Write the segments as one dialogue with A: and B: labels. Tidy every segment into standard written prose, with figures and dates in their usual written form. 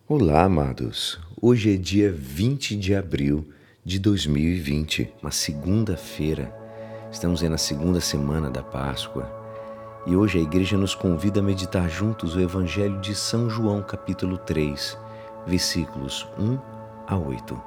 A: Olá, amados. Hoje é dia 20 de abril de 2020, uma segunda-feira. Estamos na segunda semana da Páscoa e hoje a igreja nos convida a meditar juntos o Evangelho de São João, capítulo 3, versículos 1 a 8.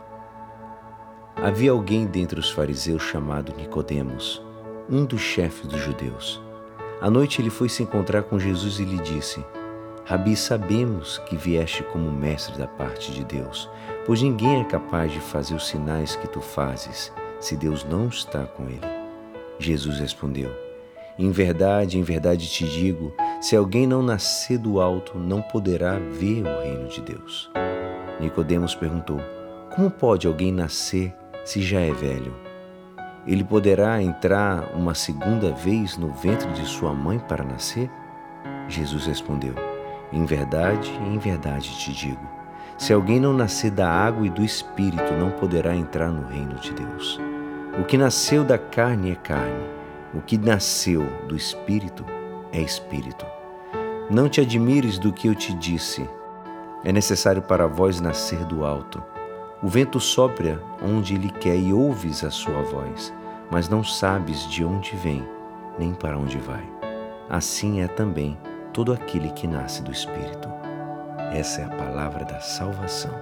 A: Havia alguém dentre os fariseus chamado Nicodemos, um dos chefes dos judeus. À noite ele foi se encontrar com Jesus e lhe disse: Rabi, sabemos que vieste como mestre da parte de Deus, pois ninguém é capaz de fazer os sinais que tu fazes, se Deus não está com ele. Jesus respondeu: em verdade te digo, se alguém não nascer do alto, não poderá ver o reino de Deus. Nicodemos perguntou: como pode alguém nascer se já é velho? Ele poderá entrar uma segunda vez no ventre de sua mãe para nascer? Jesus respondeu: em verdade te digo, se alguém não nascer da água e do Espírito, não poderá entrar no reino de Deus. O que nasceu da carne é carne, o que nasceu do Espírito é Espírito. Não te admires do que eu te disse, é necessário para vós nascer do alto. O vento sopra onde ele quer e ouves a sua voz, mas não sabes de onde vem, nem para onde vai. Assim é também todo aquele que nasce do Espírito. Essa é a palavra da salvação.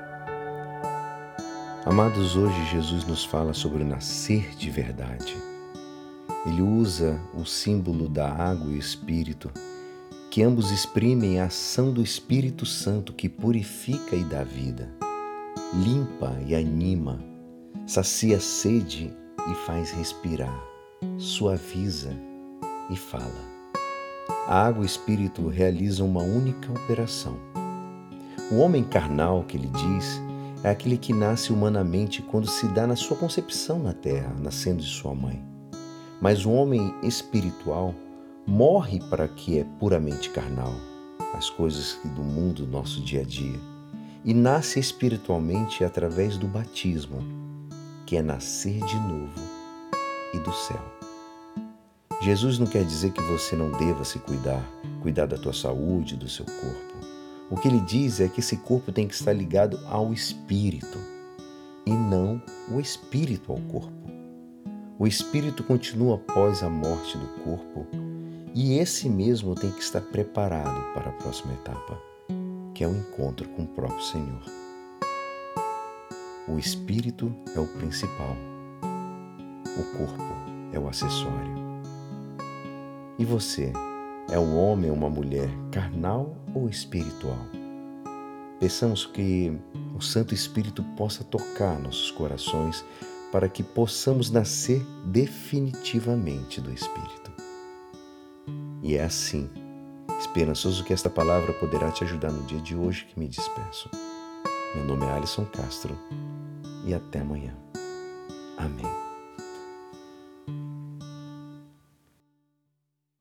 A: Amados, hoje Jesus nos fala sobre o nascer de verdade. Ele usa o símbolo da água e o Espírito, que ambos exprimem a ação do Espírito Santo que purifica e dá vida, limpa e anima, sacia a sede e faz respirar, suaviza e fala. A água e o Espírito realizam uma única operação. O homem carnal, que ele diz, é aquele que nasce humanamente quando se dá na sua concepção na terra, nascendo de sua mãe. Mas o homem espiritual morre para que é puramente carnal, as coisas do mundo, nosso dia a dia, e nasce espiritualmente através do batismo, que é nascer de novo e do céu. Jesus não quer dizer que você não deva se cuidar da tua saúde, do seu corpo. O que ele diz é que esse corpo tem que estar ligado ao Espírito e não o Espírito ao corpo. O Espírito continua após a morte do corpo e esse mesmo tem que estar preparado para a próxima etapa, que é o encontro com o próprio Senhor. O Espírito é o principal, o corpo é o acessório. E você, é um homem ou uma mulher carnal ou espiritual? Peçamos que o Santo Espírito possa tocar nossos corações para que possamos nascer definitivamente do Espírito. E é assim, esperançoso que esta palavra poderá te ajudar no dia de hoje que me despeço. Meu nome é Alisson Castro e até amanhã. Amém.